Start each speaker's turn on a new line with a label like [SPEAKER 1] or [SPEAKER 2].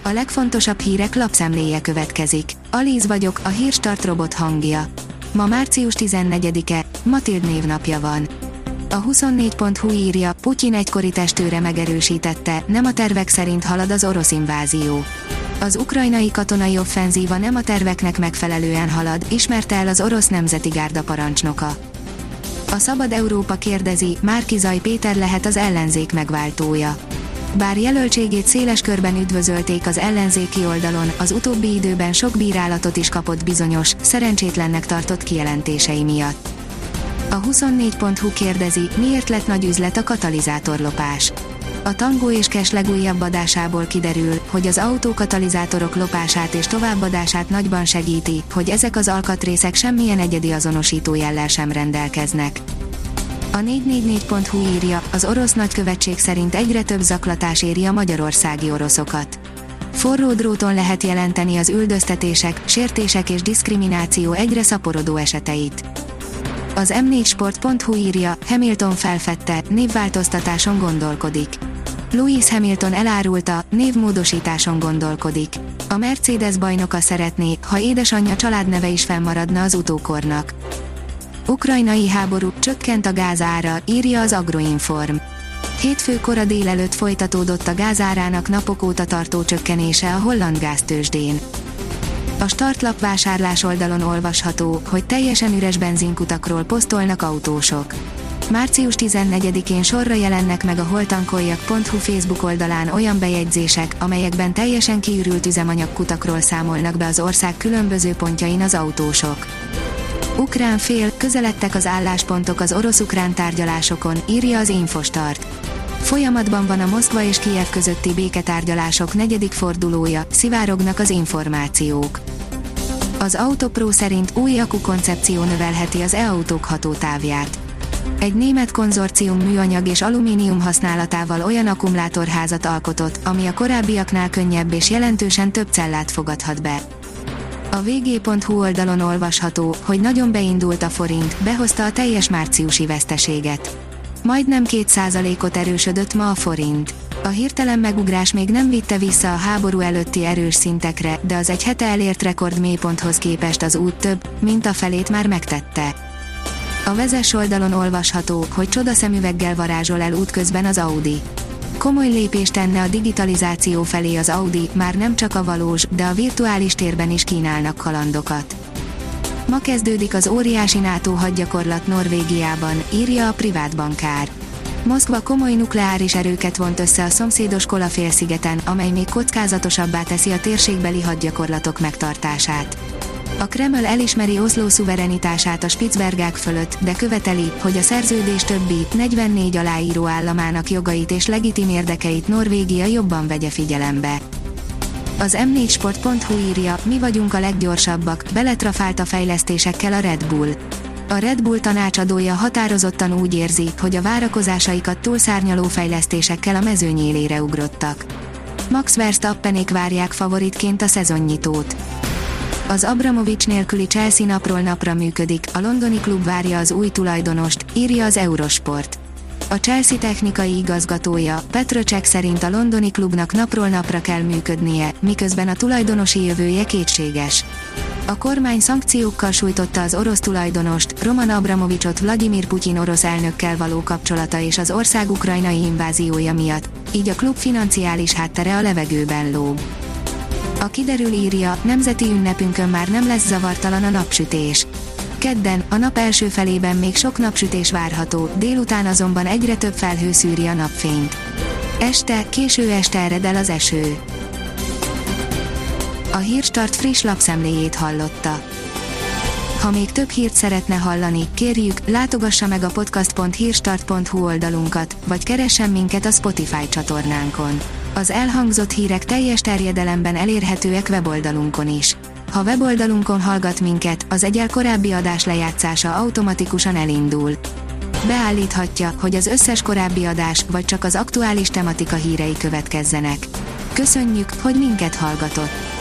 [SPEAKER 1] A legfontosabb hírek lapszemléje következik. Alíz vagyok, a Hírstart robot hangja. Ma március 14-e, Matild névnapja van. A 24.hu írja, Putyin egykori testőre megerősítette, nem a tervek szerint halad az orosz invázió. Az ukrajnai katonai offenzíva nem a terveknek megfelelően halad, ismerte el az orosz nemzeti gárda parancsnoka. A Szabad Európa kérdezi, Márki-Zay Péter lehet az ellenzék megváltója. Bár jelöltségét széles körben üdvözölték az ellenzéki oldalon, az utóbbi időben sok bírálatot is kapott bizonyos, szerencsétlennek tartott kijelentései miatt. A 24.hu kérdezi, miért lett nagy üzlet a katalizátorlopás. A Tango és Cash legújabb adásából kiderül, hogy az autókatalizátorok lopását és továbbadását nagyban segíti, hogy ezek az alkatrészek semmilyen egyedi azonosító jellel sem rendelkeznek. A 444.hu írja, az orosz nagykövetség szerint egyre több zaklatás éri a magyarországi oroszokat. Forró dróton lehet jelenteni az üldöztetések, sértések és diszkrimináció egyre szaporodó eseteit. Az m4sport.hu írja, Hamilton felfedte, névváltoztatáson gondolkodik. Lewis Hamilton elárulta, névmódosításon gondolkodik. A Mercedes bajnoka szeretné, ha édesanyja családneve is fennmaradna az utókornak. Ukrajnai háború, csökkent a gáz ára, írja az Agroinform. Hétfő kora délelőtt folytatódott a gázárának napok óta tartó csökkenése a holland gáztőzsdén. A startlap vásárlás oldalon olvasható, hogy teljesen üres benzinkutakról posztolnak autósok. Március 14-én sorra jelennek meg a holtankoljak.hu Facebook oldalán olyan bejegyzések, amelyekben teljesen kiürült üzemanyagkutakról számolnak be az ország különböző pontjain az autósok. Ukrán fél, közeledtek az álláspontok az orosz-ukrán tárgyalásokon, írja az Infostart. Folyamatban van a Moszkva és Kijev közötti béketárgyalások negyedik fordulója, szivárognak az információk. Az Autopro szerint új akkukoncepció növelheti az e-autók hatótávját. Egy német konzorcium műanyag és alumínium használatával olyan akkumulátorházat alkotott, ami a korábbiaknál könnyebb és jelentősen több cellát fogadhat be. A vg.hu oldalon olvasható, hogy nagyon beindult a forint, behozta a teljes márciusi veszteséget. Majdnem 2%-ot erősödött ma a forint. A hirtelen megugrás még nem vitte vissza a háború előtti erős szintekre, de az egy hete elért rekord mélyponthoz képest az út több, mint a felét már megtette. A Vezess oldalon olvasható, hogy csodaszemüveggel varázsol el útközben az Audi. Komoly lépést tenne a digitalizáció felé az Audi, már nem csak a valós, de a virtuális térben is kínálnak kalandokat. Ma kezdődik az óriási NATO hadgyakorlat Norvégiában, írja a privát bankár. Moszkva komoly nukleáris erőket vont össze a szomszédos Kola-félszigeten, amely még kockázatosabbá teszi a térségbeli hadgyakorlatok megtartását. A Kreml elismeri Oszló szuverenitását a Spitzbergák fölött, de követeli, hogy a szerződés többi, 44 aláíró államának jogait és legitim érdekeit Norvégia jobban vegye figyelembe. Az m4sport.hu írja, mi vagyunk a leggyorsabbak, beletrafált a fejlesztésekkel a Red Bull. A Red Bull tanácsadója határozottan úgy érzi, hogy a várakozásaikat túlszárnyaló fejlesztésekkel a mezőny élére ugrottak. Max Verstappenék várják favoritként a szezonnyitót. Az Abramovics nélküli Chelsea napról napra működik, a londoni klub várja az új tulajdonost, írja az Eurosport. A Chelsea technikai igazgatója, Petr Cech szerint a londoni klubnak napról napra kell működnie, miközben a tulajdonosi jövője kétséges. A kormány szankciókkal sújtotta az orosz tulajdonost, Roman Abramovicsot Vladimir Putyin orosz elnökkel való kapcsolata és az ország ukrajnai inváziója miatt, így a klub financiális háttere a levegőben lóg. A kiderül írja, nemzeti ünnepünkön már nem lesz zavartalan a napsütés. Kedden, a nap első felében még sok napsütés várható, délután azonban egyre több felhő szűri a napfényt. Késő este ered el az eső. A Hírstart friss lapszemléjét hallotta. Ha még több hírt szeretne hallani, kérjük, látogassa meg a podcast.hírstart.hu oldalunkat, vagy keressen minket a Spotify csatornánkon. Az elhangzott hírek teljes terjedelemben elérhetőek weboldalunkon is. Ha weboldalunkon hallgat minket, az egyel korábbi adás lejátszása automatikusan elindul. Beállíthatja, hogy az összes korábbi adás, vagy csak az aktuális tematika hírei következzenek. Köszönjük, hogy minket hallgatott!